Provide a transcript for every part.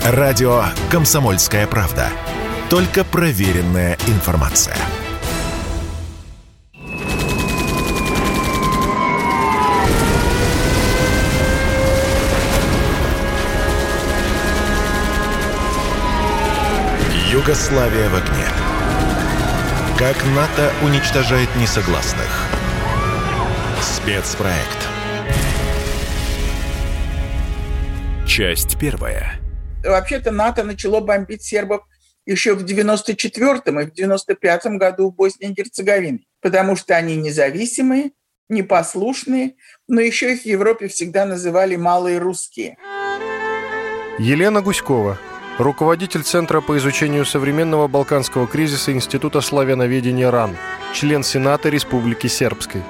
Радио «Комсомольская правда». Только проверенная информация. Югославия в огне. Как НАТО уничтожает несогласных. Спецпроект. Часть первая. Вообще-то НАТО начало бомбить сербов еще в 94-м и в 95-м году в Боснии и Герцеговине, потому что они независимые, непослушные, но еще их в Европе всегда называли «малые русские». Елена Гуськова, руководитель Центра по изучению современного балканского кризиса Института славяноведения РАН, член Сената Республики Сербской.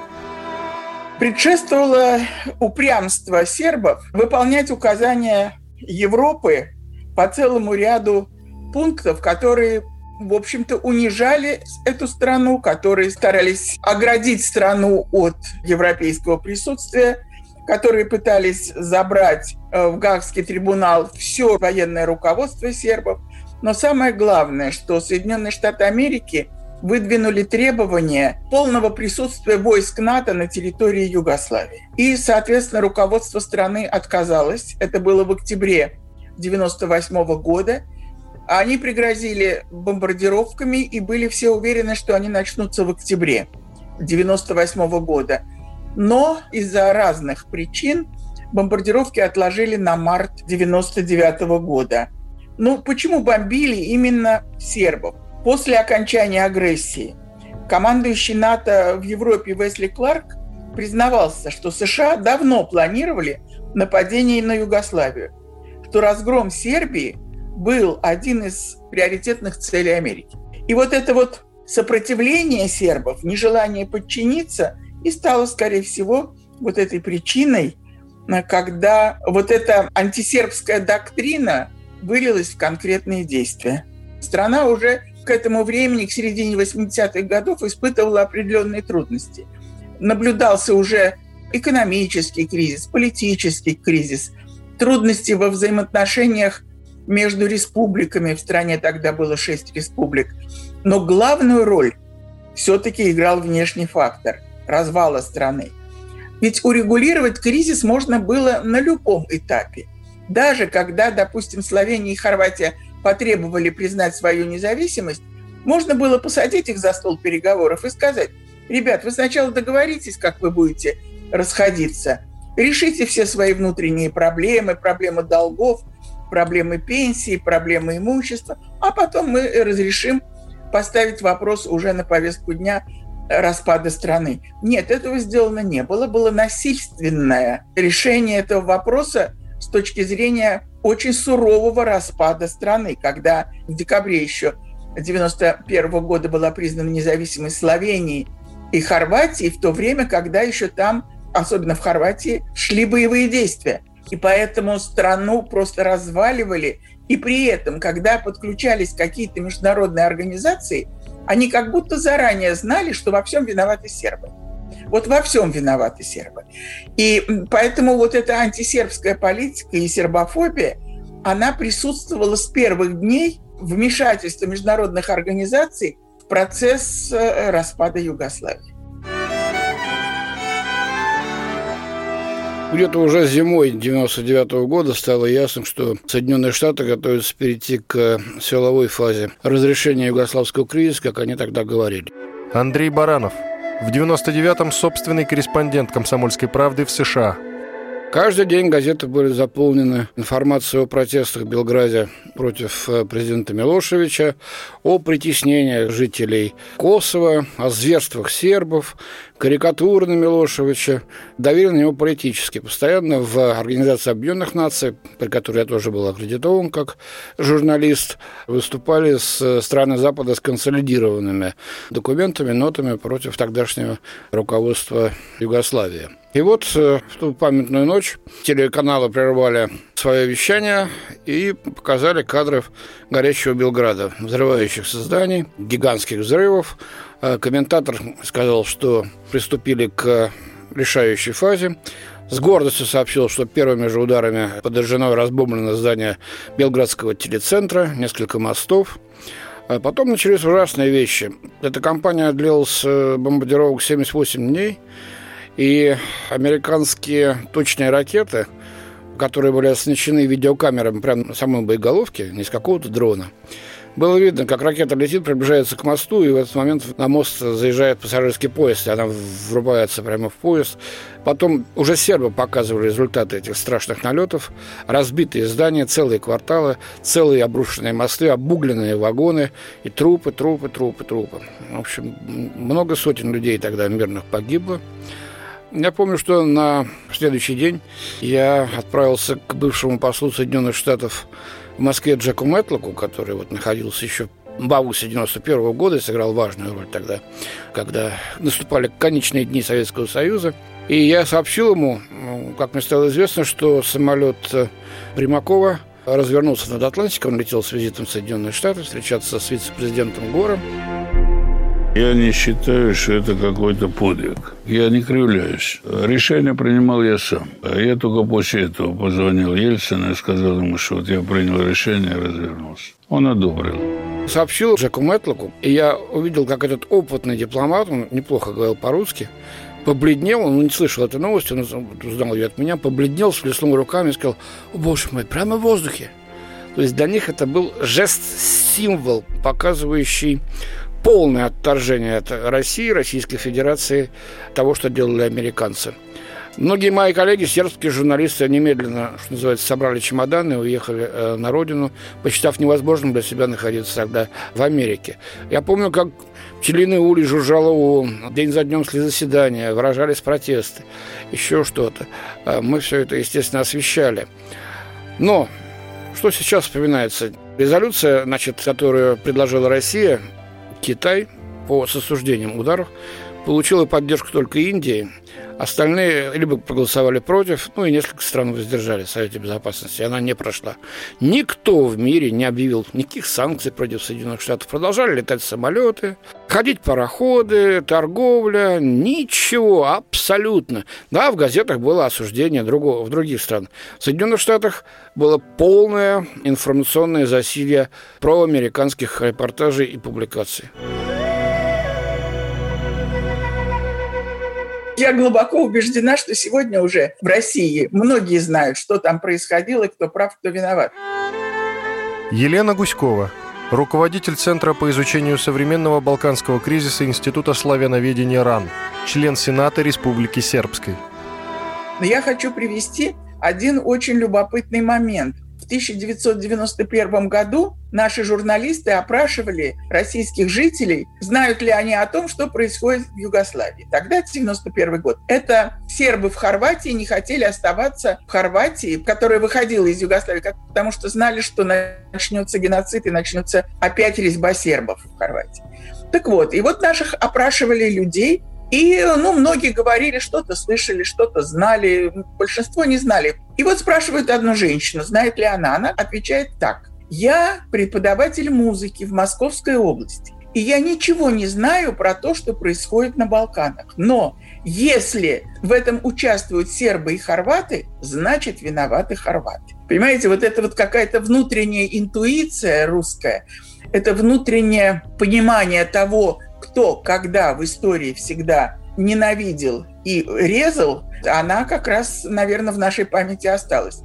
Предшествовало упрямство сербов выполнять указания Европы по целому ряду пунктов, которые, в общем-то, унижали эту страну, которые старались оградить страну от европейского присутствия, которые пытались забрать в Гаагский трибунал все военное руководство сербов. Но самое главное, что Соединенные Штаты Америки выдвинули требования полного присутствия войск НАТО на территории Югославии. И, соответственно, руководство страны отказалось. Это было в октябре 1998 года. Они пригрозили бомбардировками и были все уверены, что они начнутся в октябре 1998 года. Но из-за разных причин бомбардировки отложили на март 1999 года. Ну, почему бомбили именно сербов? После окончания агрессии командующий НАТО в Европе Уэсли Кларк признавался, что США давно планировали нападение на Югославию, что разгром Сербии был один из приоритетных целей Америки. И вот это вот сопротивление сербов, нежелание подчиниться и стало, скорее всего, вот этой причиной, когда вот эта антисербская доктрина вылилась в конкретные действия. Страна уже к этому времени, к середине 80-х годов, испытывала определенные трудности. Наблюдался уже экономический кризис, политический кризис, трудности во взаимоотношениях между республиками. В стране тогда было 6 республик. Но главную роль все-таки играл внешний фактор развала страны. Ведь урегулировать кризис можно было на любом этапе. Даже когда, допустим, Словения и Хорватия потребовали признать свою независимость, можно было посадить их за стол переговоров и сказать: ребят, вы сначала договоритесь, как вы будете расходиться, решите все свои внутренние проблемы, проблемы долгов, проблемы пенсии, проблемы имущества, а потом мы разрешим поставить вопрос уже на повестку дня распада страны. Нет, этого сделано не было. Было насильственное решение этого вопроса с точки зрения очень сурового распада страны, когда в декабре еще 1991 года была признана независимость Словении и Хорватии, в то время, когда еще там, особенно в Хорватии, шли боевые действия. И поэтому страну просто разваливали. И при этом, когда подключались какие-то международные организации, они как будто заранее знали, что во всем виноваты сербы. Вот во всем виноваты сербы. И поэтому вот эта антисербская политика и сербофобия, она присутствовала с первых дней вмешательства международных организаций в процесс распада Югославии. Где-то уже зимой 1999 года стало ясно, что Соединенные Штаты готовятся перейти к силовой фазе разрешения югославского кризиса, как они тогда говорили. Андрей Баранов. В 1999-м собственный корреспондент «Комсомольской правды» в США. Каждый день газеты были заполнены информацией о протестах в Белграде против президента Милошевича, о притеснениях жителей Косово, о зверствах сербов, карикатуры на Милошевича, давили на него политически. Постоянно в Организации Объединенных Наций, при которой я тоже был аккредитован как журналист, выступали с страны Запада с консолидированными документами, нотами против тогдашнего руководства Югославии. И вот в ту памятную ночь телеканалы прервали свое вещание и показали кадры горящего Белграда, взрывающихся зданий, гигантских взрывов. Комментатор сказал, что приступили к решающей фазе. с гордостью сообщил, что первыми же ударами подожжено и разбомблено здание Белградского телецентра, несколько мостов. А потом начались ужасные вещи. Эта кампания длилась бомбардировок 78 дней, и американские точные ракеты, которые были оснащены видеокамерами прямо на самой боеголовке, не с какого-то дрона, было видно, как ракета летит, приближается к мосту, и в этот момент на мост заезжает пассажирский поезд, и она врубается прямо в поезд. Потом уже сербы показывали результаты этих страшных налетов. Разбитые здания, целые кварталы, целые обрушенные мосты, обугленные вагоны и трупы. В общем, много сотен людей тогда мирных погибло. Я помню, что на следующий день я отправился к бывшему послу Соединенных Штатов в Москве Джеку Мэтлоку, который находился еще в августе 1991 года и сыграл важную роль тогда, когда наступали конечные дни Советского Союза. И я сообщил ему, как мне стало известно, что самолет Примакова развернулся над Атлантикой, он летел с визитом в Соединенные Штаты встречаться с вице-президентом Гором. Я не считаю, что это какой-то подвиг. Я не кривляюсь. Решение принимал я сам. Я только после этого позвонил Ельцину и сказал ему, что вот я принял решение и развернулся. Он одобрил. Сообщил Джеку Мэтлоку, и я увидел, как этот опытный дипломат, он неплохо говорил по-русски, побледнел, он не слышал этой новости, он узнал ее от меня, побледнел, всплеснул руками и сказал: «О, боже мой, прямо в воздухе!» То есть для них это был жест-символ, показывающий полное отторжение от России, Российской Федерации, того, что делали американцы. Многие мои коллеги, сербские журналисты, немедленно, что называется, собрали чемоданы и уехали на родину, посчитав невозможным для себя находиться тогда в Америке. Я помню, как пчелиный улей жужжало ООН, день за днем шли заседания, выражались протесты, еще что-то. Мы все это, естественно, освещали. Но что сейчас вспоминается? Резолюция, которую предложила Россия, Китай, по с осуждением ударов, получила поддержку только Индии. Остальные либо проголосовали против, и несколько стран воздержались в Совете Безопасности. Она не прошла. Никто в мире не объявил никаких санкций против Соединенных Штатов. Продолжали летать самолеты, ходить пароходы, торговля. Ничего, абсолютно. Да, в газетах было осуждение в других странах. В Соединенных Штатах было полное информационное засилье проамериканских репортажей и публикаций. Я глубоко убеждена, что сегодня уже в России многие знают, что там происходило, кто прав, кто виноват. Елена Гуськова, руководитель Центра по изучению современного балканского кризиса Института славяноведения РАН, член Сената Республики Сербской. Я хочу привести один очень любопытный момент. В 1991 году наши журналисты опрашивали российских жителей, знают ли они о том, что происходит в Югославии. Тогда, 1991 год. Это сербы в Хорватии не хотели оставаться в Хорватии, которая выходила из Югославии, потому что знали, что начнется геноцид и начнется опять резьба сербов в Хорватии. Так вот, и вот наших опрашивали людей, и многие говорили, что-то слышали, что-то знали, большинство не знали. И вот спрашивают одну женщину, знает ли она. Она отвечает так: «Я преподаватель музыки в Московской области, и я ничего не знаю про то, что происходит на Балканах. Но если в этом участвуют сербы и хорваты, значит, виноваты хорваты». Понимаете, вот это вот какая-то внутренняя интуиция русская, это внутреннее понимание того, кто, когда в истории всегда ненавидел и резал, она как раз, наверное, в нашей памяти осталась.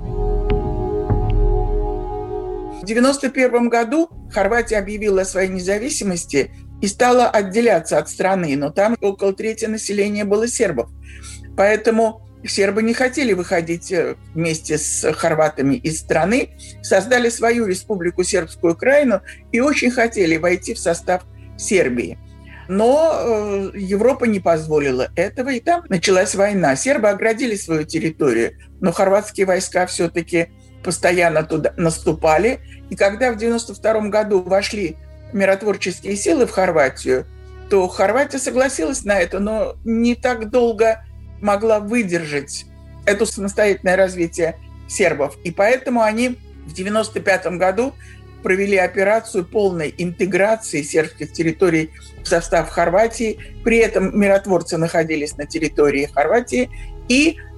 В 1991 году Хорватия объявила о своей независимости и стала отделяться от страны, но там около трети населения было сербов. Поэтому сербы не хотели выходить вместе с хорватами из страны, создали свою республику Сербскую Крайину и очень хотели войти в состав Сербии. Но Европа не позволила этого, и там началась война. Сербы оградили свою территорию, но хорватские войска все-таки постоянно туда наступали. И когда в 1992 году вошли миротворческие силы в Хорватию, то Хорватия согласилась на это, но не так долго могла выдержать это самостоятельное развитие сербов. И поэтому они в 1995 году провели операцию полной интеграции сербских территорий в состав Хорватии. При этом миротворцы находились на территории Хорватии. И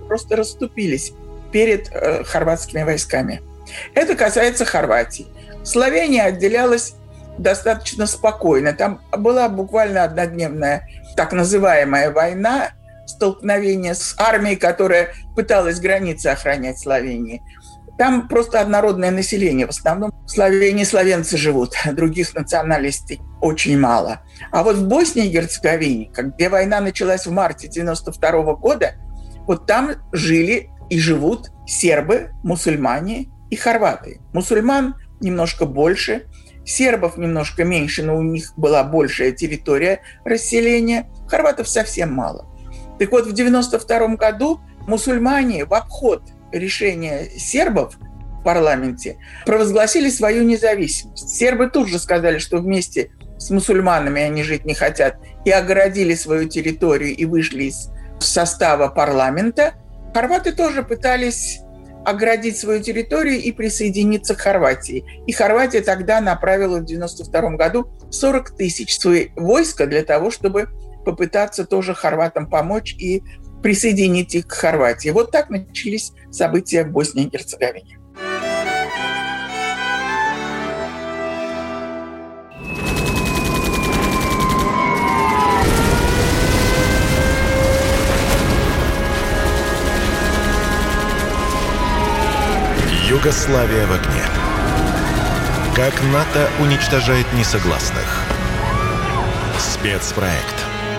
просто расступились перед хорватскими войсками. Это касается Хорватии. Словения отделялась достаточно спокойно. Там была буквально однодневная так называемая война, столкновение с армией, которая пыталась границы охранять Словении. Там просто однородное население. В основном в Словении словенцы живут, других национальностей очень мало. А вот в Боснии и Герцеговине, где война началась в марте 1992 года, вот там жили и живут сербы, мусульмане и хорваты. Мусульман немножко больше, сербов немножко меньше, но у них была большая территория расселения, хорватов совсем мало. Так вот, в 1992 году мусульмане в обход решения сербов в парламенте провозгласили свою независимость. Сербы тут же сказали, что вместе с мусульманами они жить не хотят, и огородили свою территорию и вышли из состава парламента. Хорваты тоже пытались оградить свою территорию и присоединиться к Хорватии. И Хорватия тогда направила в 1992 году 40 тысяч своих войска для того, чтобы попытаться тоже хорватам помочь и присоединить их к Хорватии. Вот так начались события в Боснии и Герцеговине. Югославия в огне. Как НАТО уничтожает несогласных. Спецпроект.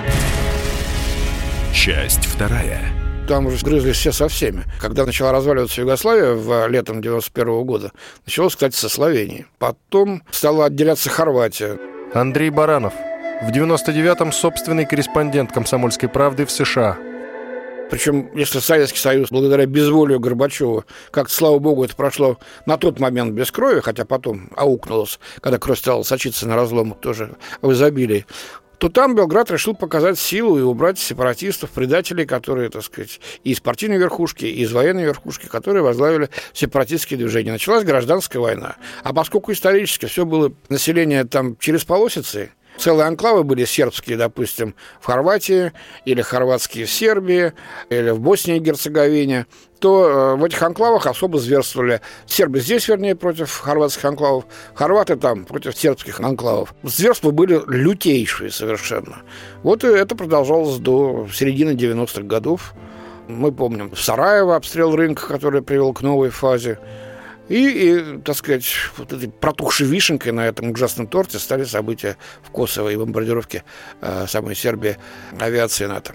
Часть 2. Там уже сгрызлись все со всеми. Когда начала разваливаться Югославия летом 1991 года, началось, кстати, со Словении. Потом стала отделяться Хорватия. Андрей Баранов. В 99-м собственный корреспондент «Комсомольской правды» в США. Причем, если Советский Союз, благодаря безволию Горбачева, как-то, слава богу, это прошло на тот момент без крови, хотя потом аукнулось, когда кровь стала сочиться на разломах тоже в изобилии, то там Белград решил показать силу и убрать сепаратистов, предателей, которые, так сказать, и из партийной верхушки, и из военной верхушки, которые возглавили сепаратистские движения. Началась гражданская война. А поскольку исторически все было население там через полосицы, целые анклавы были сербские, допустим, в Хорватии, или хорватские в Сербии, или в Боснии и Герцеговине, то в этих анклавах особо зверствовали. Сербы здесь, вернее, против хорватских анклавов, хорваты там против сербских анклавов. Зверства были лютейшие совершенно. Вот и это продолжалось до середины 90-х годов. Мы помним в Сараево обстрел рынка, который привел к новой фазе. И, так сказать, вот этой протухшей вишенкой на этом ужасном торте стали события в Косово и бомбардировки самой Сербии авиации НАТО.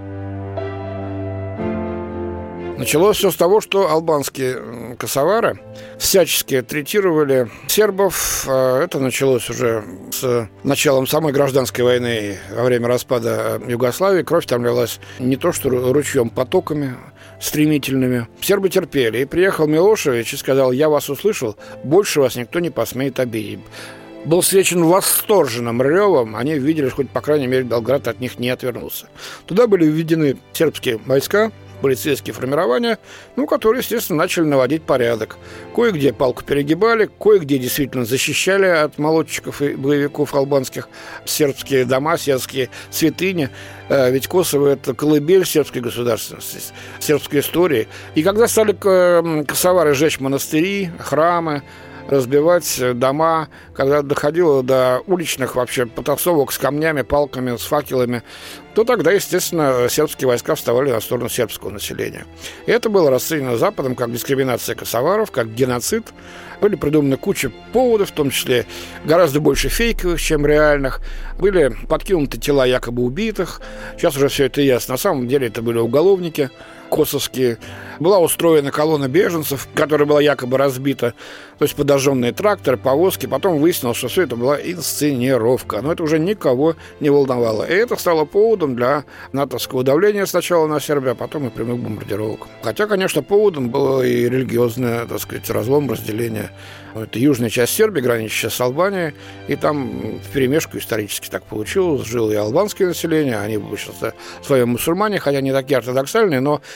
Началось все с того, что албанские косовары всячески третировали сербов. Это началось уже с началом самой гражданской войны во время распада Югославии. Кровь там лилась не то что ручьем, потоками стремительными. Сербы терпели. И приехал Милошевич и сказал: я вас услышал, больше вас никто не посмеет обидеть. Был встречен восторженным ревом. Они видели, что хоть, по крайней мере, Белград от них не отвернулся. Туда были введены сербские войска, полицейские формирования, которые, естественно, начали наводить порядок. Кое-где палку перегибали, кое-где действительно защищали от молодчиков и боевиков албанских сербские дома, сербские святыни. Ведь Косово – это колыбель сербской государственности, сербской истории. И когда стали косовары жечь монастыри, храмы, разбивать дома, когда доходило до уличных вообще потасовок с камнями, палками, с факелами, то тогда, естественно, сербские войска вставали на сторону сербского населения. И это было расценено Западом как дискриминация косоваров, как геноцид. Были придуманы куча поводов, в том числе гораздо больше фейковых, чем реальных. Были подкинуты тела якобы убитых. Сейчас уже все это ясно. На самом деле это были уголовники косовские. Была устроена колонна беженцев, которая была якобы разбита, то есть подожженные тракторы, повозки. Потом выяснилось, что все это была инсценировка. Но это уже никого не волновало. И это стало поводом для натовского давления сначала на Сербию, а потом и прямых бомбардировок. Хотя, конечно, поводом было и религиозное, так сказать, разлом, разделение. Это южная часть Сербии, граничащая с Албанией, и там вперемешку исторически так получилось. Жило и албанское население, они в большинстве своем мусульмане, хотя не такие ортодоксальные, но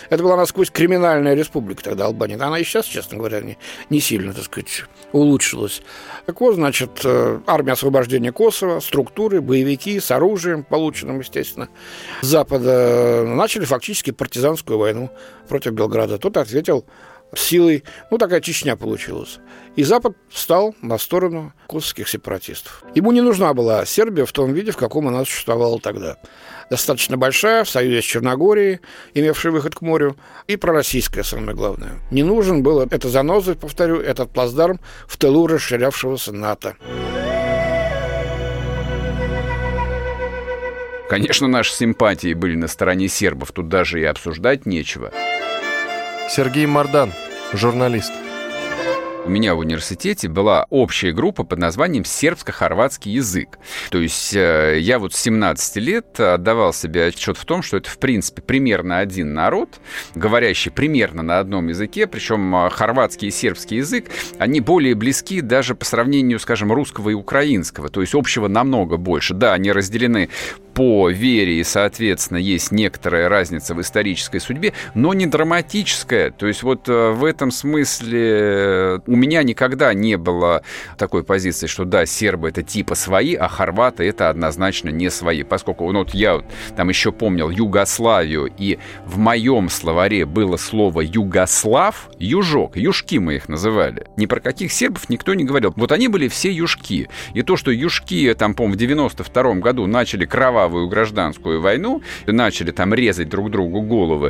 Это была насквозь криминальная республика тогда, Албания. Она и сейчас, честно говоря, не сильно, так сказать, улучшилась. Так вот, значит, армия освобождения Косово, структуры, боевики с оружием, полученным, естественно, с Запада, начали фактически партизанскую войну против Белграда. Тот ответил силой, такая Чечня получилась. И Запад встал на сторону косовских сепаратистов. Ему не нужна была Сербия в том виде, в каком она существовала тогда. Достаточно большая, в союзе с Черногорией, имевшей выход к морю, и пророссийская, самое главное. Не нужен был эта заноза, повторю, этот плацдарм в тылу расширявшегося НАТО. Конечно, наши симпатии были на стороне сербов, тут даже и обсуждать нечего. Сергей Мардан, журналист. У меня в университете была общая группа под названием «Сербско-хорватский язык». То есть я вот с 17 лет отдавал себе отчет в том, что это, в принципе, примерно один народ, говорящий примерно на одном языке, причем хорватский и сербский язык, они более близки даже по сравнению, скажем, русского и украинского, то есть общего намного больше. Да, они разделены по вере, и, соответственно, есть некоторая разница в исторической судьбе, но не драматическая. То есть вот в этом смысле у меня никогда не было такой позиции, что да, сербы — это типа свои, а хорваты — это однозначно не свои. Поскольку я там еще помнил Югославию, и в моем словаре было слово «югослав», «южок», «южки» мы их называли. Ни про каких сербов никто не говорил. Вот они были все южки. И то, что южки, там, по-моему, в 92 году начали кровавую гражданскую войну, начали там резать друг другу головы,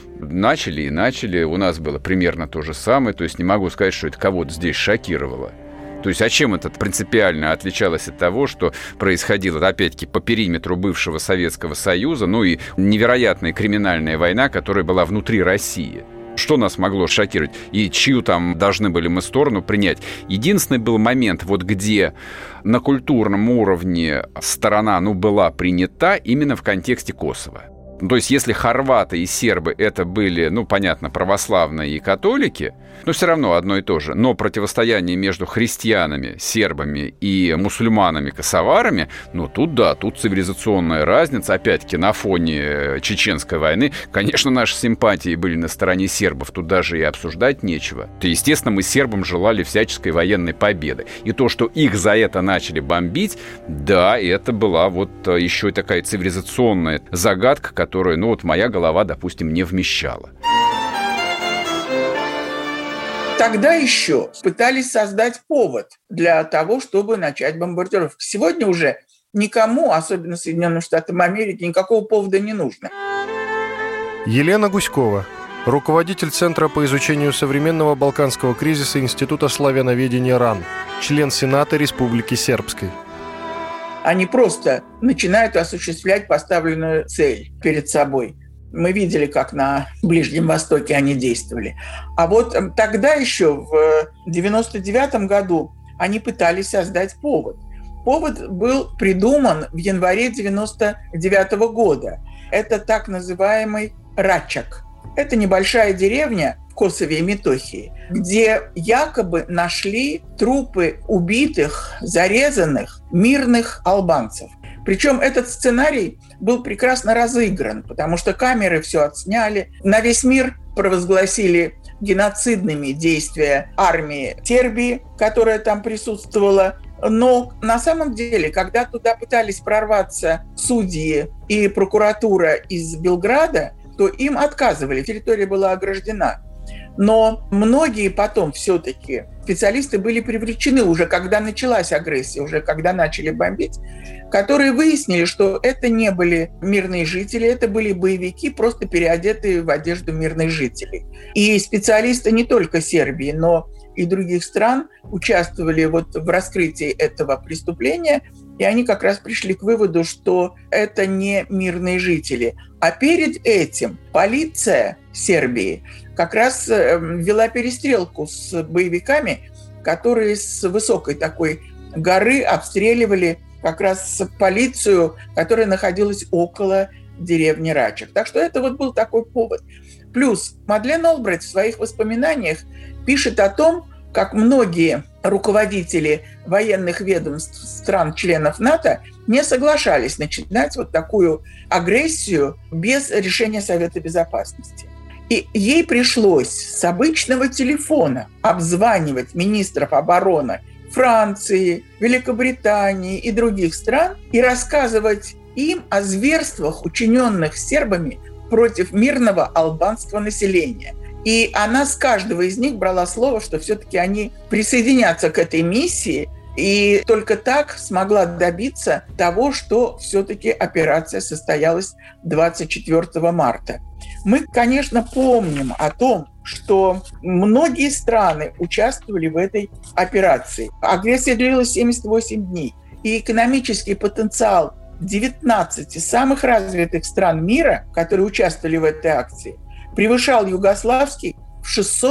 начали. У нас было примерно то же самое. То есть не могу сказать, что это кого-то здесь шокировало. То есть, а чем это принципиально отличалось от того, что происходило, опять-таки, по периметру бывшего Советского Союза, и невероятная криминальная война, которая была внутри России? Что нас могло шокировать? И чью там должны были мы сторону принять? Единственный был момент, где на культурном уровне сторона, была принята именно в контексте Косово. То есть, если хорваты и сербы это были, понятно, православные и католики, но все равно одно и то же. Но противостояние между христианами, сербами и мусульманами-косоварами, тут цивилизационная разница, опять-таки, на фоне Чеченской войны. Конечно, наши симпатии были на стороне сербов, тут даже и обсуждать нечего. То, естественно, мы сербам желали всяческой военной победы. И то, что их за это начали бомбить, да, это была еще и такая цивилизационная загадка, которую, моя голова, допустим, не вмещала. Тогда еще пытались создать повод для того, чтобы начать бомбардировку. Сегодня уже никому, особенно Соединенным Штатам Америки, никакого повода не нужно. Елена Гуськова, руководитель Центра по изучению современного балканского кризиса Института славяноведения РАН, член Сената Республики Сербской. Они просто начинают осуществлять поставленную цель перед собой. Мы видели, как на Ближнем Востоке они действовали. А тогда еще, в 1999 году, они пытались создать повод. Повод был придуман в январе 1999 года. Это так называемый Рачак. Это небольшая деревня в Косове и Метохии, где якобы нашли трупы убитых, зарезанных мирных албанцев. Причем этот сценарий был прекрасно разыгран, потому что камеры все отсняли. На весь мир провозгласили геноцидными действия армии Сербии, которая там присутствовала. Но на самом деле, когда туда пытались прорваться судьи и прокуратура из Белграда, то им отказывали, территория была ограждена. Но многие потом все-таки специалисты были привлечены уже, когда началась агрессия, уже когда начали бомбить, которые выяснили, что это не были мирные жители, это были боевики, просто переодетые в одежду мирных жителей. И специалисты не только Сербии, но и других стран участвовали в раскрытии этого преступления, и они как раз пришли к выводу, что это не мирные жители. А перед этим полиция Сербии как раз вела перестрелку с боевиками, которые с высокой такой горы обстреливали как раз полицию, которая находилась около деревни Рачак. Так что это был такой повод. Плюс Мадлен Олбрайт в своих воспоминаниях пишет о том, как многие руководители военных ведомств стран-членов НАТО не соглашались начинать такую агрессию без решения Совета Безопасности. И ей пришлось с обычного телефона обзванивать министров обороны Франции, Великобритании и других стран и рассказывать им о зверствах, учиненных сербами против мирного албанского населения. И она с каждого из них брала слово, что все-таки они присоединятся к этой миссии, и только так смогла добиться того, что все-таки операция состоялась 24 марта. Мы, конечно, помним о том, что многие страны участвовали в этой операции. Агрессия длилась 78 дней, и экономический потенциал 19 самых развитых стран мира, которые участвовали в этой акции, превышал югославский в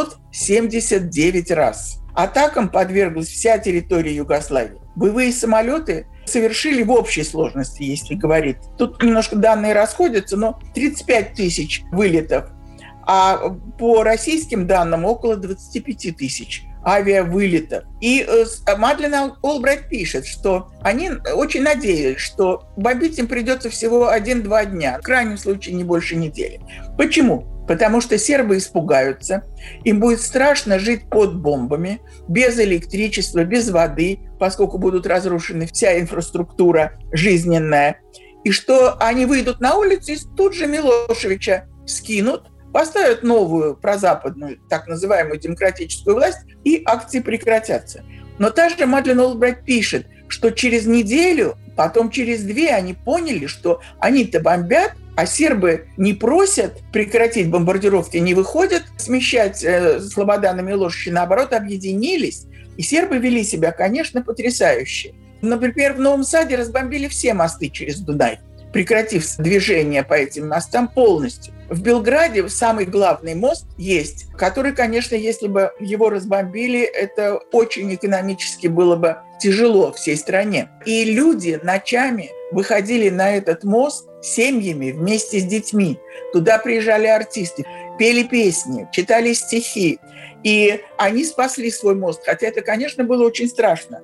679 раз. Атакам подверглась вся территория Югославии. Боевые самолеты совершили в общей сложности, если говорить. Тут немножко данные расходятся, но 35 тысяч вылетов, а по российским данным около 25 тысяч авиавылетов. И Мадлен Олбрайт пишет, что они очень надеялись, что бомбить им придется всего 1-2 дня, в крайнем случае не больше недели. Почему? Потому что сербы испугаются, им будет страшно жить под бомбами, без электричества, без воды, поскольку будут разрушены вся инфраструктура жизненная, и что они выйдут на улицу и тут же Милошевича скинут, поставят новую прозападную, так называемую демократическую власть, и акции прекратятся. Но та же Мадлен Олбрайт пишет, что через неделю, потом через 2 они поняли, что они-то бомбят, а сербы не просят прекратить бомбардировки, не выходят смещать Слободана Милошевича, наоборот, объединились. И сербы вели себя, конечно, потрясающе. Например, в Новом Саде разбомбили все мосты через Дунай, прекратив движение по этим мостам полностью. В Белграде самый главный мост есть, который, конечно, если бы его разбомбили, это очень экономически было бы тяжело всей стране. И люди ночами выходили на этот мост семьями вместе с детьми. Туда приезжали артисты, пели песни, читали стихи. И они спасли свой мост, хотя это, конечно, было очень страшно.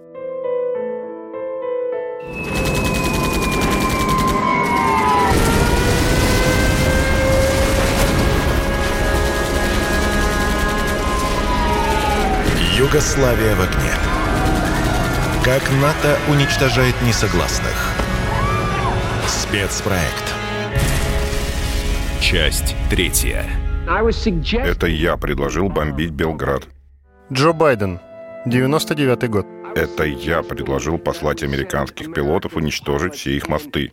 Югославия в огне. Как НАТО уничтожает несогласных. Спецпроект. Часть 3. Это я предложил бомбить Белград. Джо Байден, 99-й год. Это я предложил послать американских пилотов уничтожить все их мосты.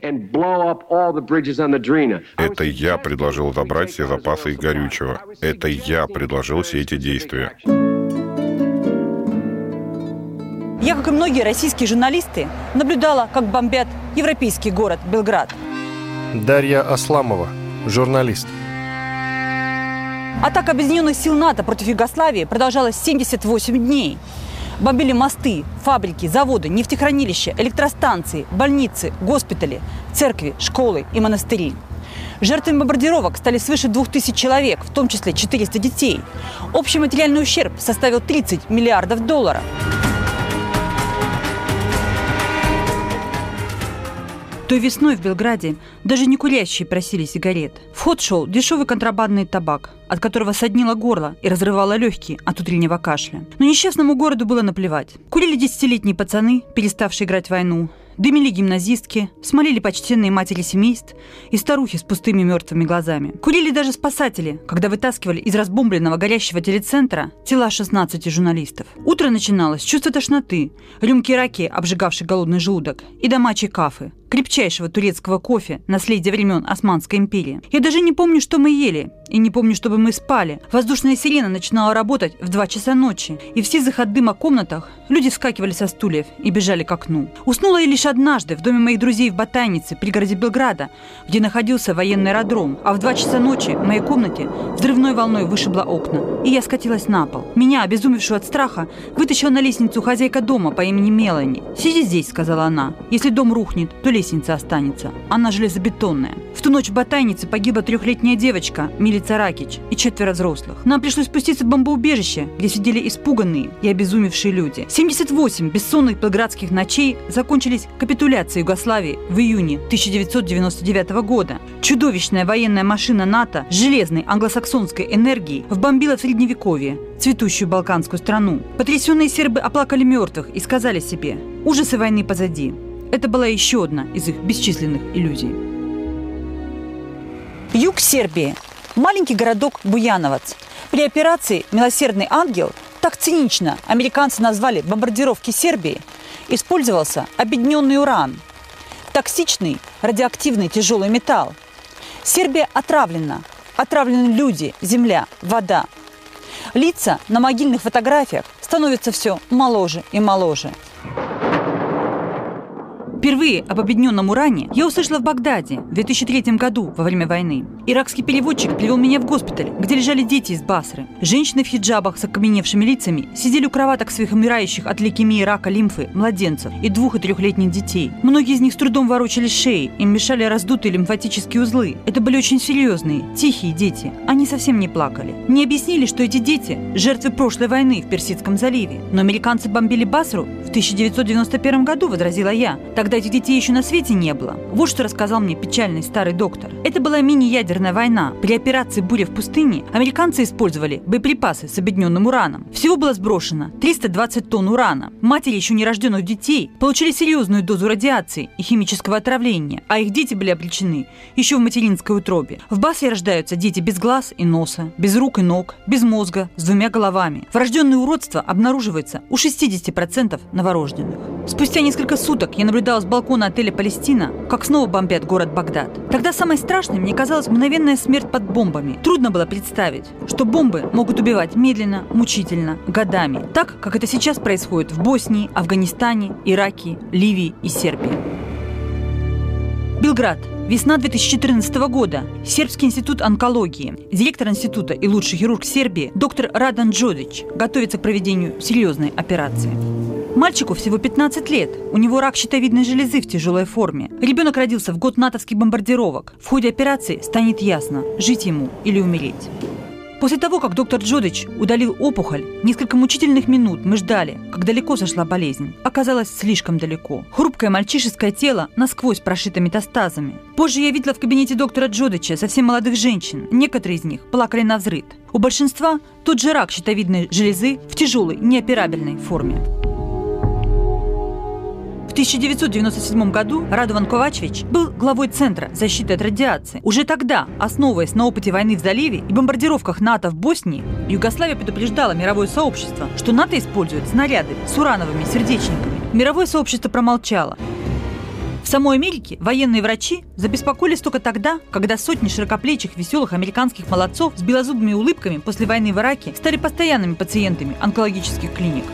Это я предложил забрать все запасы их горючего. Это я предложил все эти действия. Я, как и многие российские журналисты, наблюдала, как бомбят европейский город Белград. Дарья Асламова, журналист. Атака объединенных сил НАТО против Югославии продолжалась 78 дней. Бомбили мосты, фабрики, заводы, нефтехранилища, электростанции, больницы, госпитали, церкви, школы и монастыри. Жертвами бомбардировок стали свыше 2000 человек, в том числе 400 детей. Общий материальный ущерб составил $30 миллиардов. Той весной в Белграде даже не курящие просили сигарет. В ход шел дешевый контрабандный табак, от которого соднило горло и разрывало легкие от утреннего кашля. Но несчастному городу было наплевать. Курили 10-летние пацаны, переставшие играть в войну, дымили гимназистки, смолили почтенные матери семейств и старухи с пустыми мертвыми глазами. Курили даже спасатели, когда вытаскивали из разбомбленного горящего телецентра тела 16 журналистов. Утро начиналось с чувства тошноты, рюмки раки, обжигавшей голодный желудок, и домачьей кафы, крепчайшего турецкого кофе, наследия времен Османской империи. Я даже не помню, что мы ели, и не помню, чтобы мы спали. Воздушная сирена начинала работать в 2 часа ночи, и в сизых от дыма комнатах люди вскакивали со стульев и бежали к окну. Уснула я лишь однажды в доме моих друзей в Батайнице, пригороде Белграда, где находился военный аэродром, а в 2 часа ночи в моей комнате взрывной волной вышибло окна, и я скатилась на пол. Меня, обезумевшую от страха, вытащила на лестницу хозяйка дома по имени Мелани. «Сиди здесь», — сказала она. «Если дом рухнет, то лезь лестница останется. Она железобетонная. В ту ночь в Батайнице погибла 3-летняя девочка Милица Ракич и 4 взрослых. Нам пришлось спуститься в бомбоубежище, где сидели испуганные и обезумевшие люди. 78 бессонных белградских ночей закончились капитуляцией Югославии в июне 1999 года. Чудовищная военная машина НАТО с железной англосаксонской энергией вбомбила в Средневековье цветущую балканскую страну. Потрясенные сербы оплакали мертвых и сказали себе: ужасы войны позади. Это была еще одна из их бесчисленных иллюзий. Юг Сербии. Маленький городок Буяновац. При операции «Милосердный ангел», так цинично американцы назвали бомбардировки Сербии, использовался обедненный уран, токсичный радиоактивный тяжелый металл. Сербия отравлена. Отравлены люди, земля, вода. Лица на могильных фотографиях становятся все моложе и моложе. Впервые об обедненном уране я услышала в Багдаде в 2003 году во время войны. Иракский переводчик привел меня в госпиталь, где лежали дети из Басры. Женщины в хиджабах с окаменевшими лицами сидели у кроваток своих умирающих от лейкемии, рака, лимфы младенцев и 2- и 3-летних детей. Многие из них с трудом ворочали шеи, им мешали раздутые лимфатические узлы. Это были очень серьезные, тихие дети. Они совсем не плакали. Мне объяснили, что эти дети – жертвы прошлой войны в Персидском заливе. Но американцы бомбили Басру в 1991 году, возразила я. Тогда этих детей еще на свете не было. Вот что рассказал мне печальный старый доктор. Это была мини-ядерная война. При операции «Буря в пустыне» американцы использовали боеприпасы с обедненным ураном. Всего было сброшено 320 тонн урана. Матери еще нерожденных детей получили серьезную дозу радиации и химического отравления, а их дети были обречены еще в материнской утробе. В Басре рождаются дети без глаз и носа, без рук и ног, без мозга, с 2 головами. Врожденное уродство обнаруживается у 60% новорожденных. Спустя несколько суток я наблюдала с балкона отеля «Палестина», как снова бомбят город Багдад. Тогда самой страшной мне казалась мгновенная смерть под бомбами. Трудно было представить, что бомбы могут убивать медленно, мучительно, годами. Так, как это сейчас происходит в Боснии, Афганистане, Ираке, Ливии и Сербии. Белград. Весна 2014 года. Сербский институт онкологии. Директор института и лучший хирург Сербии доктор Радан Джодич готовится к проведению серьезной операции. Мальчику всего 15 лет. У него рак щитовидной железы в тяжелой форме. Ребенок родился в год натовских бомбардировок. В ходе операции станет ясно, жить ему или умереть. После того, как доктор Джодич удалил опухоль, несколько мучительных минут мы ждали, как далеко зашла болезнь. Оказалось, слишком далеко. Хрупкое мальчишеское тело насквозь прошито метастазами. Позже я видела в кабинете доктора Джодича совсем молодых женщин. Некоторые из них плакали навзрыд. У большинства тот же рак щитовидной железы в тяжелой, неоперабельной форме. В 1997 году Радован Ковачевич был главой Центра защиты от радиации. Уже тогда, основываясь на опыте войны в заливе и бомбардировках НАТО в Боснии, Югославия предупреждала мировое сообщество, что НАТО использует снаряды с урановыми сердечниками. Мировое сообщество промолчало. В самой Америке военные врачи забеспокоились только тогда, когда сотни широкоплечих, веселых американских молодцов с белозубыми улыбками после войны в Ираке стали постоянными пациентами онкологических клиник.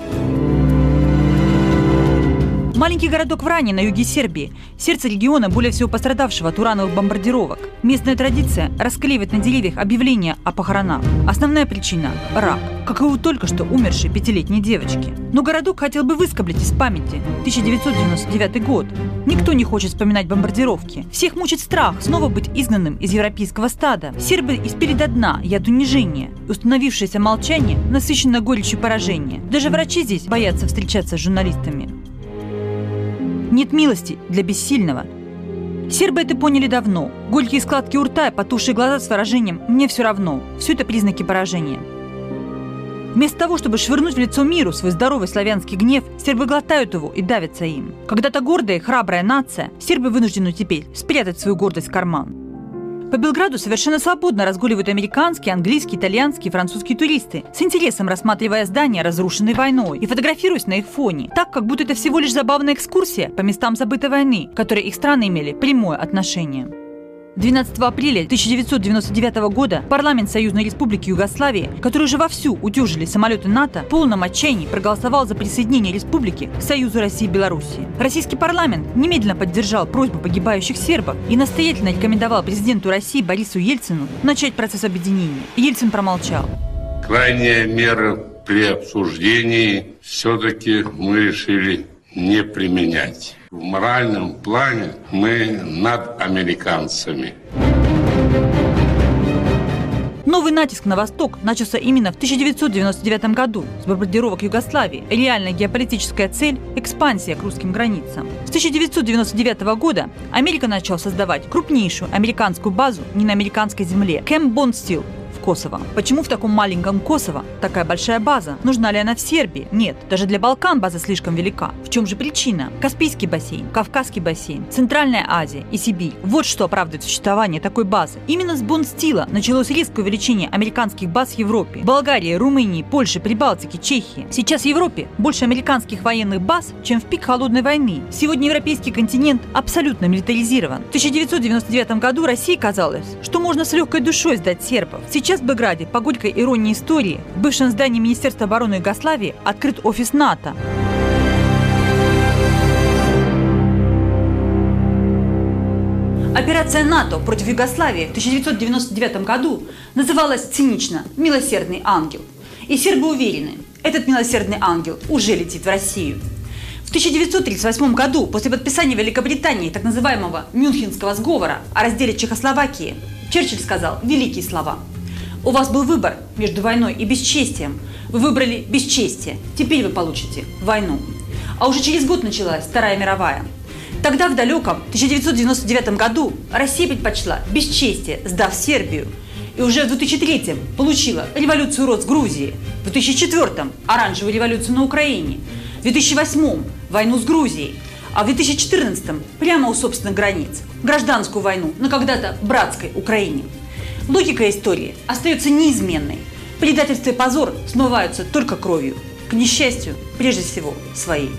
Маленький городок Вране на юге Сербии – сердце региона, более всего пострадавшего от урановых бомбардировок. Местная традиция – расклеивать на деревьях объявления о похоронах. Основная причина – рак, как и у только что умершей 5-летней девочки. Но городок хотел бы выскоблить из памяти 1999 год. Никто не хочет вспоминать бомбардировки. Всех мучит страх снова быть изгнанным из европейского стада. Сербы испили до дна яд унижения. Установившееся молчание насыщено горечью поражения. Даже врачи здесь боятся встречаться с журналистами. Нет милости для бессильного. Сербы это поняли давно. Горькие складки у рта и потухшие глаза с выражением «мне все равно». Все это признаки поражения. Вместо того, чтобы швырнуть в лицо миру свой здоровый славянский гнев, сербы глотают его и давятся им. Когда-то гордая и храбрая нация, сербы вынуждены теперь спрятать свою гордость в карман. По Белграду совершенно свободно разгуливают американские, английские, итальянские и французские туристы, с интересом рассматривая здания, разрушенные войной, и фотографируясь на их фоне, так, как будто это всего лишь забавная экскурсия по местам забытой войны, к которой их страны имели прямое отношение. 12 апреля 1999 года парламент Союзной Республики Югославии, который уже вовсю утюжили самолеты НАТО, в полном отчаянии проголосовал за присоединение республики к Союзу России и Белоруссии. Российский парламент немедленно поддержал просьбу погибающих сербов и настоятельно рекомендовал президенту России Борису Ельцину начать процесс объединения. Ельцин промолчал. Крайняя мера при обсуждении все-таки мы решили не применять. В моральном плане мы над американцами. Новый натиск на восток начался именно в 1999 году с бомбардировок Югославии. Реальная геополитическая цель – экспансия к русским границам. С 1999 года Америка начала создавать крупнейшую американскую базу не на американской земле – Кэмп Бондстилл в Косово. Почему в таком маленьком Косово такая большая база? Нужна ли она в Сербии? Нет, даже для Балкан база слишком велика. В чем же причина? Каспийский бассейн, Кавказский бассейн, Центральная Азия и Сибирь. Вот что оправдывает существование такой базы. Именно с Бондстилла началось резкое увеличение американских баз в Европе. В Болгарии, Румынии, Польше, Прибалтике, Чехии. Сейчас в Европе больше американских военных баз, чем в пик холодной войны. Сегодня европейский континент абсолютно милитаризирован. В 1999 году России казалось, что можно с легкой душой сдать сербов. Сейчас в Белграде, по горькой иронии истории, в бывшем здании Министерства обороны Югославии открыт офис НАТО. Операция НАТО против Югославии в 1999 году называлась цинично «Милосердный ангел». И сербы уверены, этот милосердный ангел уже летит в Россию. В 1938 году, после подписания Великобритании так называемого Мюнхенского сговора о разделе Чехословакии, Черчилль сказал великие слова: «У вас был выбор между войной и бесчестием. Вы выбрали бесчестие. Теперь вы получите войну». А уже через год началась Вторая мировая. Тогда, в далеком 1999 году, Россия предпочла бесчестие, сдав Сербию. И уже в 2003-м получила революцию роз в Грузии, в 2004-м – оранжевую революцию на Украине, в 2008-м – войну с Грузией, а в 2014-м – прямо у собственных границ – гражданскую войну на когда-то братской Украине. Логика истории остается неизменной. Предательство и позор смываются только кровью. К несчастью, прежде всего, своей.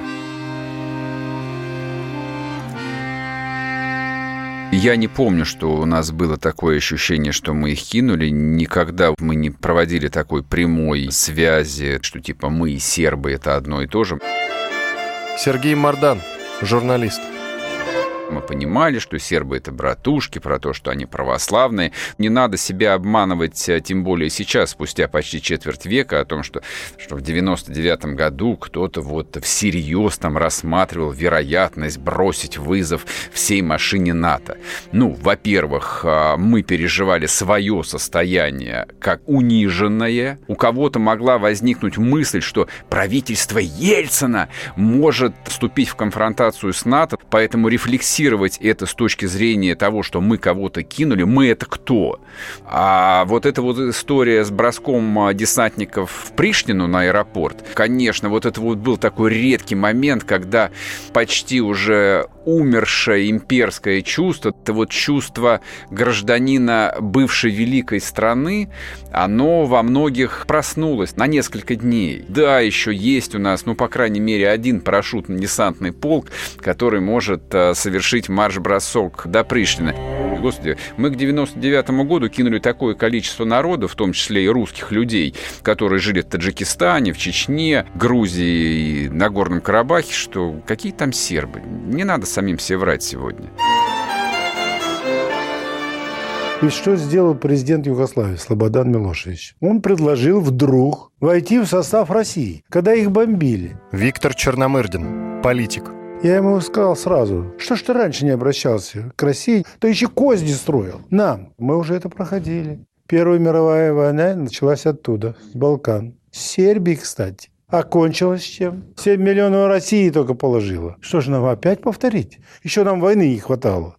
Я не помню, что у нас было такое ощущение, что мы их кинули. Никогда мы не проводили такой прямой связи, что типа мы и сербы – это одно и то же. Сергей Мардан, журналист. Мы понимали, что сербы – это братушки, про то, что они православные. Не надо себя обманывать, тем более сейчас, спустя почти четверть века, о том, что в 99-м году кто-то вот всерьез там рассматривал вероятность бросить вызов всей машине НАТО. Ну, во-первых, мы переживали свое состояние как униженное. У кого-то могла возникнуть мысль, что правительство Ельцина может вступить в конфронтацию с НАТО, поэтому рефлексировать это с точки зрения того, что мы кого-то кинули, мы это кто? А вот эта вот история с броском десантников в Приштину на аэропорт, конечно, вот это вот был такой редкий момент, когда почти уже умершее имперское чувство, это вот чувство гражданина бывшей великой страны, оно во многих проснулось на несколько дней. Да, еще есть у нас, ну, по крайней мере, один парашютно-десантный полк, который может совершить марш-бросок до Приштины. Господи, мы к 99-му году кинули такое количество народа, в том числе и русских людей, которые жили в Таджикистане, в Чечне, Грузии и Нагорном Карабахе, что какие там сербы? Не надо самим себе врать сегодня. И что сделал президент Югославии Слободан Милошевич? Он предложил вдруг войти в состав России, когда их бомбили. Виктор Черномырдин, политик. Я ему сказал сразу, что ж ты раньше не обращался к России, то еще козни строил. Нам. Мы уже это проходили. Первая мировая война началась оттуда, с Балкан. С Сербии, кстати. Окончилась чем? 7 миллионов России только положила. Что ж нам опять повторить? Еще нам войны не хватало.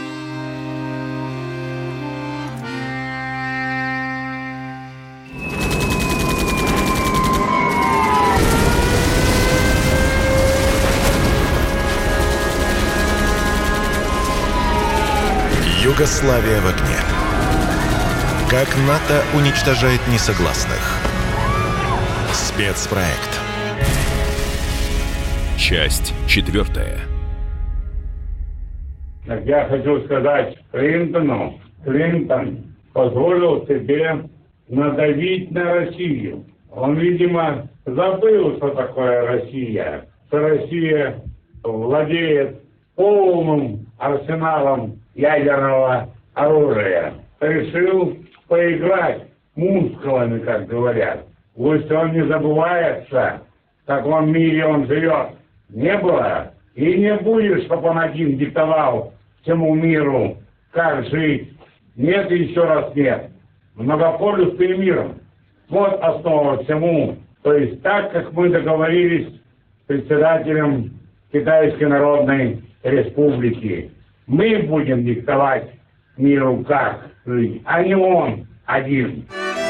Югославия в огне. Как НАТО уничтожает несогласных. Спецпроект. Часть 4. Я хочу сказать Клинтону. Клинтон позволил себе надавить на Россию. Он, видимо, забыл, что такое Россия. Что Россия владеет полным арсеналом ядерного оружия. Решил поиграть мускулами, как говорят. Пусть он не забывается, в каком мире он живет. Не было И не будет, чтобы он один диктовал всему миру, как жить. Нет и еще раз нет. Многополюсный мир. Вот основа всему. То есть так, как мы договорились с председателем Китайской Народной Республики. Мы будем диктовать миру, как жить, а не он один.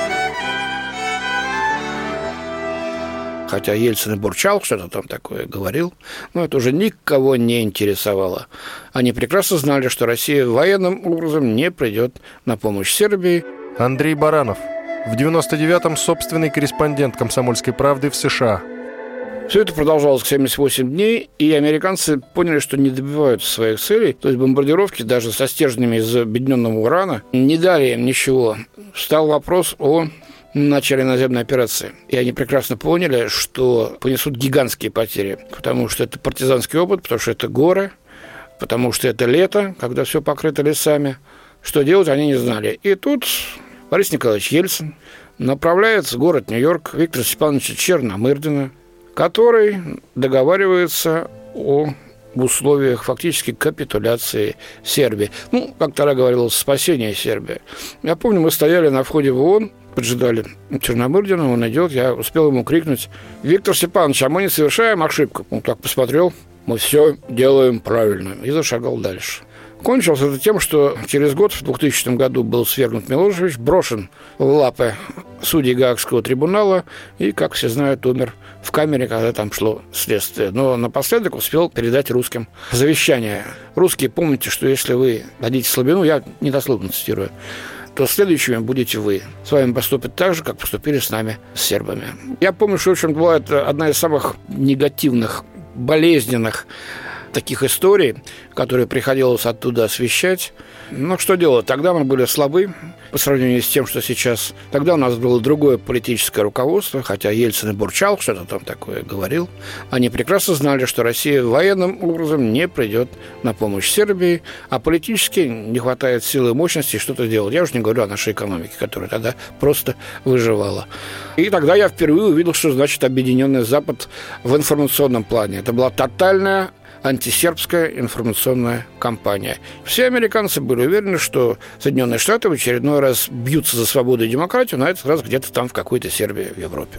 Хотя Ельцин и бурчал, что-то там такое говорил, но это уже никого не интересовало. Они прекрасно знали, что Россия военным образом не придет на помощь Сербии. Андрей Баранов. В 99-м собственный корреспондент «Комсомольской правды» в США. Все это продолжалось 78 дней, и американцы поняли, что не добиваются своих целей. То есть бомбардировки даже со стержнями из объединенного урана не дали им ничего. Встал вопрос о начале наземной операции. И они прекрасно поняли, что понесут гигантские потери, потому что это партизанский опыт, потому что это горы, потому что это лето, когда все покрыто лесами. Что делать, они не знали. И тут Борис Николаевич Ельцин направляется в город Нью-Йорк Виктора Степановича Черномырдина, который договаривается о условиях фактически капитуляции Сербии. Ну, как тогда говорилось, спасения Сербии. Я помню, мы стояли на входе в ООН, поджидали Черномырдина, он идет, я успел ему крикнуть: «Виктор Степанович, а мы не совершаем ошибку». Он так посмотрел: «Мы все делаем правильно», и зашагал дальше. Кончилось это тем, что через год, в 2000 году, был свергнут Милошевич, брошен в лапы судей Гаагского трибунала и, как все знают, умер в камере, когда там шло следствие. Но напоследок успел передать русским завещание. Русские, помните, что если вы дадите слабину, я недословно цитирую, то следующими будете вы. С вами поступят так же, как поступили с нами, с сербами. Я помню, что, в общем, была это одна из самых негативных, болезненных таких историй, которые приходилось оттуда освещать. Но что делать? Тогда мы были слабы по сравнению с тем, что сейчас. Тогда у нас было другое политическое руководство, хотя Ельцин и бурчал, что-то там такое говорил. Они прекрасно знали, что Россия военным образом не придет на помощь Сербии, а политически не хватает силы и мощности что-то делать. Я уже не говорю о нашей экономике, которая тогда просто выживала. И тогда я впервые увидел, что значит объединенный Запад в информационном плане. Это была тотальная антисербская информационная кампания. Все американцы были уверены, что Соединенные Штаты в очередной раз бьются за свободу и демократию, на этот раз где-то там в какой-то Сербии в Европе.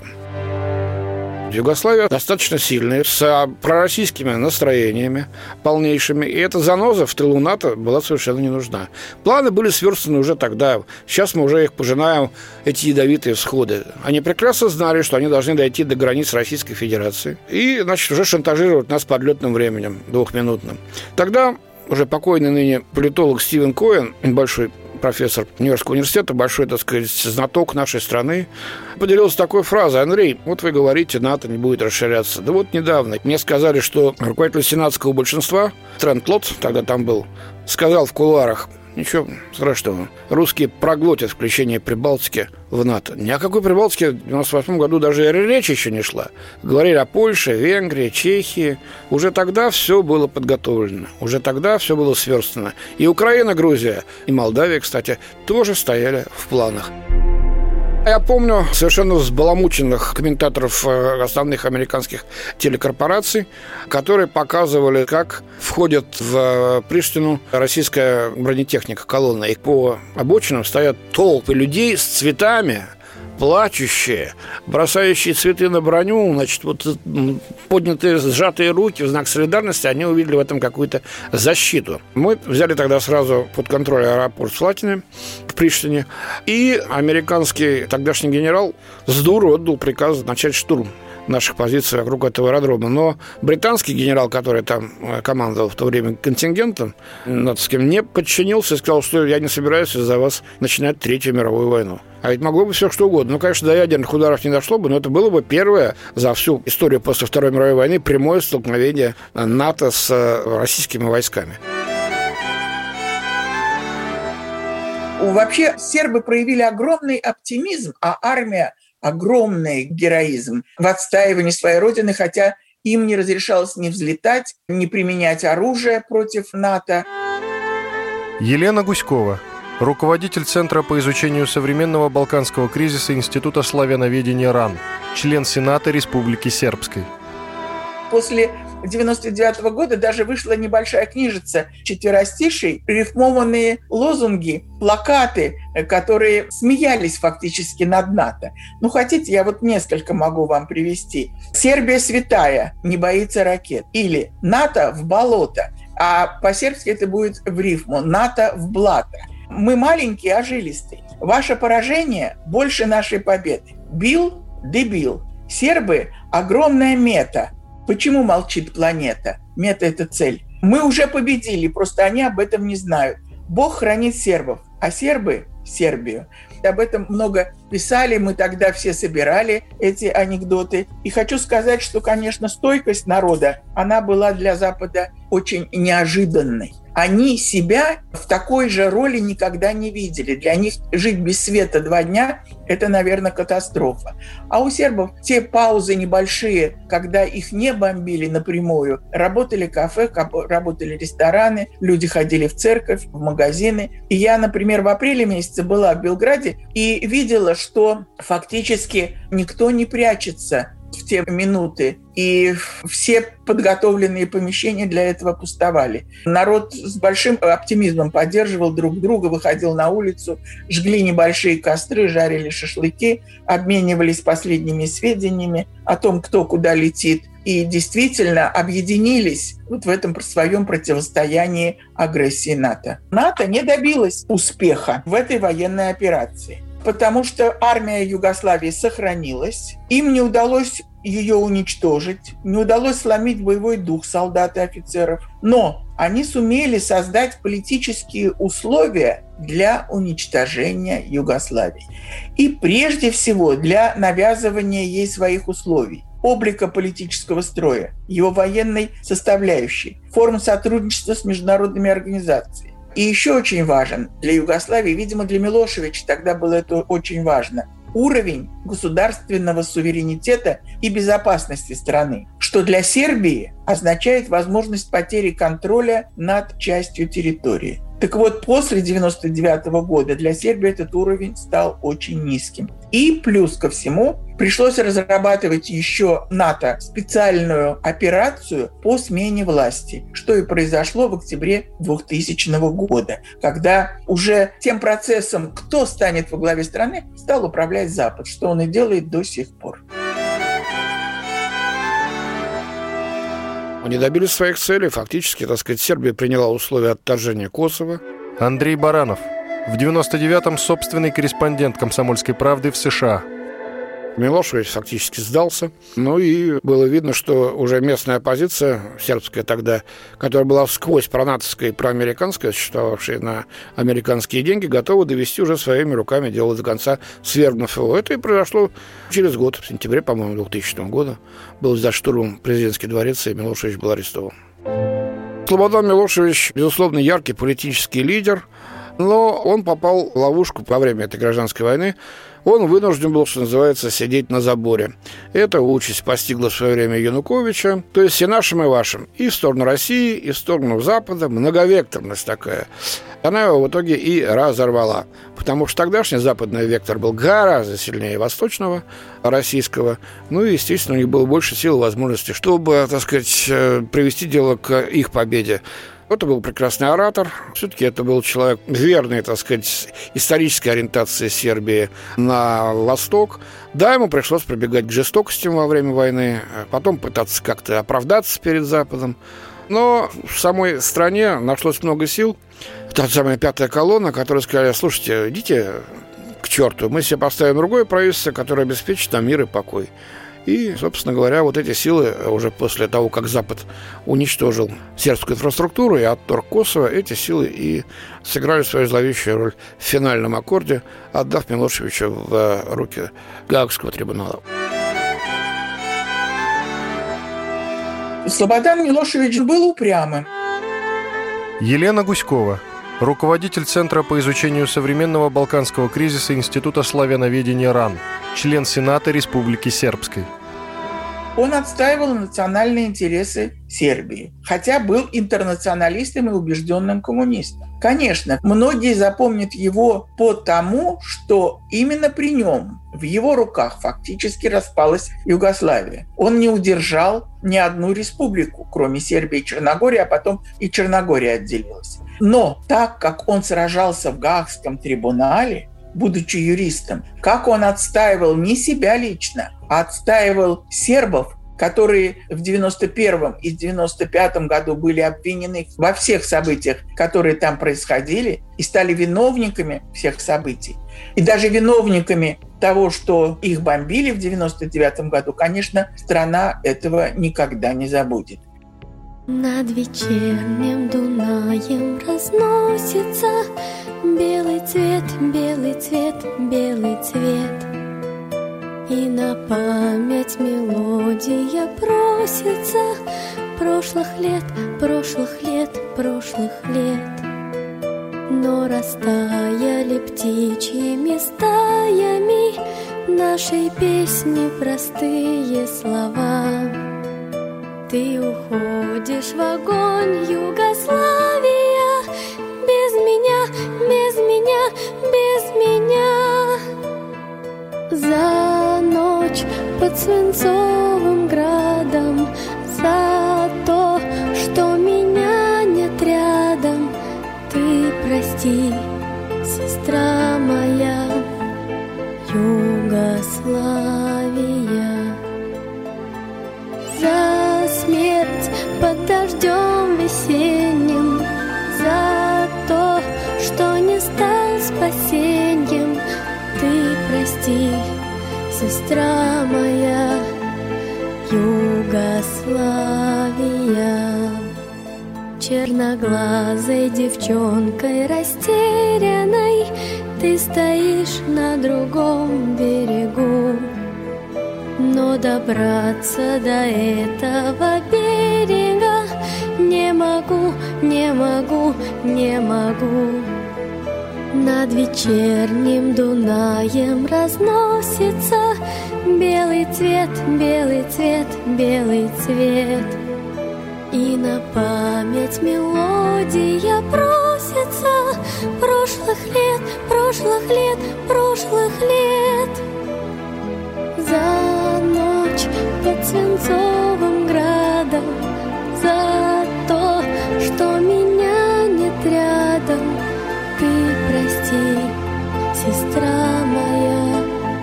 Югославия достаточно сильная, с пророссийскими настроениями полнейшими, и эта заноза в тылу НАТО была совершенно не нужна. Планы были сверстаны уже тогда, сейчас мы уже их пожинаем, эти ядовитые всходы. Они прекрасно знали, что они должны дойти до границ Российской Федерации и, значит, уже шантажировать нас подлетным временем, двухминутным. Тогда уже покойный ныне политолог Стивен Коэн, большой профессор Нью-Йоркского университета, большой, так сказать, знаток нашей страны, поделился такой фразой: «Андрей, вот вы говорите, НАТО не будет расширяться. Да вот недавно мне сказали, что руководитель сенатского большинства, Трент Лотт, тогда там был, сказал в кулуарах: ничего страшного, русские проглотят включение Прибалтики в НАТО». Ни о какой Прибалтике в 1998 году даже речи еще не шла. Говорили о Польше, Венгрии, Чехии. Уже тогда все было подготовлено, уже тогда все было сверстано. И Украина, Грузия, и Молдавия, кстати, тоже стояли в планах. Я помню совершенно взбаламученных комментаторов основных американских телекорпораций, которые показывали, как входит в Приштину российская бронетехника, колонна, и по обочинам стоят толпы людей с цветами, плачущие, бросающие цветы на броню, значит, вот поднятые, сжатые руки в знак солидарности, они увидели в этом какую-то защиту. Мы взяли тогда сразу под контроль аэропорт Слатины в Приштине, и американский тогдашний генерал с дуру отдал приказ начать штурм наших позиций вокруг этого аэродрома. Но британский генерал, который там командовал в то время контингентом натовским, не подчинился и сказал, что я не собираюсь из-за вас начинать Третью мировую войну. А ведь могло бы все что угодно. Ну, конечно, до ядерных ударов не дошло бы, но это было бы первое за всю историю после Второй мировой войны прямое столкновение НАТО с российскими войсками. Вообще сербы проявили огромный оптимизм, а армия огромный героизм в отстаивании своей родины, хотя им не разрешалось ни взлетать, ни применять оружие против НАТО. Елена Гуськова, руководитель Центра по изучению современного балканского кризиса Института славяноведения РАН, член Сената Республики Сербской. После 1999 года даже вышла небольшая книжица четверостишей, рифмованные лозунги, плакаты, которые смеялись фактически над НАТО. Ну, хотите, я вот несколько могу вам привести. «Сербия святая, не боится ракет». Или «НАТО в болото». А по-сербски это будет в рифму «НАТО в блато». «Мы маленькие, а жилистые. Ваше поражение больше нашей победы. Бил, дебил. Сербы – огромная мета. Почему молчит планета? Мета – это цель. Мы уже победили, просто они об этом не знают. Бог хранит сербов, а сербы – Сербию». Об этом много писали, мы тогда все собирали эти анекдоты. И хочу сказать, что, конечно, стойкость народа, она была для Запада очень неожиданной. Они себя в такой же роли никогда не видели. Для них жить без света 2 дня – это, наверное, катастрофа. А у сербов те паузы небольшие, когда их не бомбили напрямую, работали кафе, работали рестораны, люди ходили в церковь, в магазины. И я, например, в апреле месяце была в Белграде и видела, что фактически никто не прячется в те минуты, и все подготовленные помещения для этого пустовали. Народ с большим оптимизмом поддерживал друг друга, выходил на улицу, жгли небольшие костры, жарили шашлыки, обменивались последними сведениями о том, кто куда летит, и действительно объединились вот в этом своем противостоянии агрессии НАТО. НАТО не добилась успеха в этой военной операции, потому что армия Югославии сохранилась, им не удалось ее уничтожить, не удалось сломить боевой дух солдат и офицеров, но они сумели создать политические условия для уничтожения Югославии. И прежде всего для навязывания ей своих условий, облика политического строя, его военной составляющей, форм сотрудничества с международными организациями. И еще очень важен для Югославии, видимо, для Милошевича тогда было это очень важно, уровень государственного суверенитета и безопасности страны, что для Сербии означает возможность потери контроля над частью территории. Так вот, после 1999 года для Сербии этот уровень стал очень низким. И плюс ко всему пришлось разрабатывать еще НАТО специальную операцию по смене власти, что и произошло в октябре 2000 года, когда уже тем процессом, кто станет во главе страны, стал управлять Запад, что он и делает до сих пор. Они добились своих целей. Фактически, так сказать, Сербия приняла условия отторжения Косово. Андрей Баранов. В 99-м собственный корреспондент «Комсомольской правды» в США. Милошевич фактически сдался. Ну и было видно, что уже местная оппозиция, сербская тогда, которая была всквозь пронатовская и проамериканская, существовавшая на американские деньги, готова довести уже своими руками дело до конца, свергнув его. Это и произошло через год, в сентябре, по-моему, 2000 года. Был за штурмом президентский дворец, и Милошевич был арестован. Слободан Милошевич, безусловно, яркий политический лидер, но он попал в ловушку во время этой гражданской войны. Он вынужден был, что называется, сидеть на заборе. Эта участь постигла в свое время Януковича. То есть и нашим, и вашим. И в сторону России, и в сторону Запада. Многовекторность такая. Она его в итоге и разорвала. Потому что тогдашний западный вектор был гораздо сильнее восточного, российского. Ну и, естественно, у них было больше сил и возможностей, чтобы, так сказать, привести дело к их победе. Это был прекрасный оратор. Все-таки это был человек верный, так сказать, исторической ориентации Сербии на восток. Да, ему пришлось прибегать к жестокостям во время войны, потом пытаться как-то оправдаться перед Западом. Но в самой стране нашлось много сил. Та самая пятая колонна, которая сказали: слушайте, идите к черту, мы себе поставим другое правительство, которое обеспечит нам мир и покой. И, собственно говоря, вот эти силы уже после того, как Запад уничтожил сербскую инфраструктуру и отторг Косово, эти силы и сыграли свою зловещую роль в финальном аккорде, отдав Милошевича в руки Гаагского трибунала. Слободан Милошевич был упрямым. Елена Гуськова, руководитель Центра по изучению современного балканского кризиса Института славяноведения РАН, член Сената Республики Сербской. Он отстаивал национальные интересы Сербии, хотя был интернационалистом и убежденным коммунистом. Конечно, многие запомнят его потому, что именно при нем, в его руках фактически распалась Югославия. Он не удержал ни одну республику, кроме Сербии и Черногории, а потом и Черногория отделилась. Но так как он сражался в Гаагском трибунале, будучи юристом, как он отстаивал не себя лично, а отстаивал сербов, которые в 91 и 95 году были обвинены во всех событиях, которые там происходили, и стали виновниками всех событий. И даже виновниками того, что их бомбили в 99 году, конечно, страна этого никогда не забудет. Над вечерним Дунаем разносится белый цвет, белый цвет, белый цвет. И на память мелодия просится прошлых лет, прошлых лет, прошлых лет. Но растаяли птичьими стаями нашей песни простые слова. Ты уходишь в огонь, Югославия, без меня, без меня, без меня. За ночь под свинцовым градом, за то, что меня нет рядом. Ты прости, сестра моя, Югославия. За смерть под дождем весенним, за то, что не стал спасеньем. Ты прости, сестра моя, Югославия. Черноглазой девчонкой растерянной ты стоишь на другом берегу. Но добраться до этого берега не могу, не могу, не могу. Над вечерним Дунаем разносится белый цвет, белый цвет, белый цвет. И на память мелодия просится прошлых лет, прошлых лет, прошлых лет. За ночь под свинцовым градом, за то, что меня нет рядом. Ты прости, сестра моя,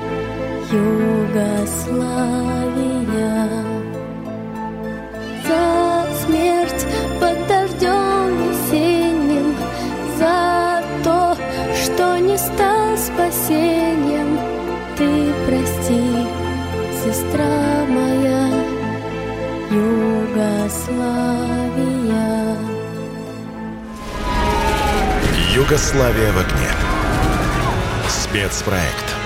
Югославия. За смерть под дождем весенним, за то, что не стал спасением. Ты прости, сестра моя, Югославия. Югославия в огне. Спецпроект.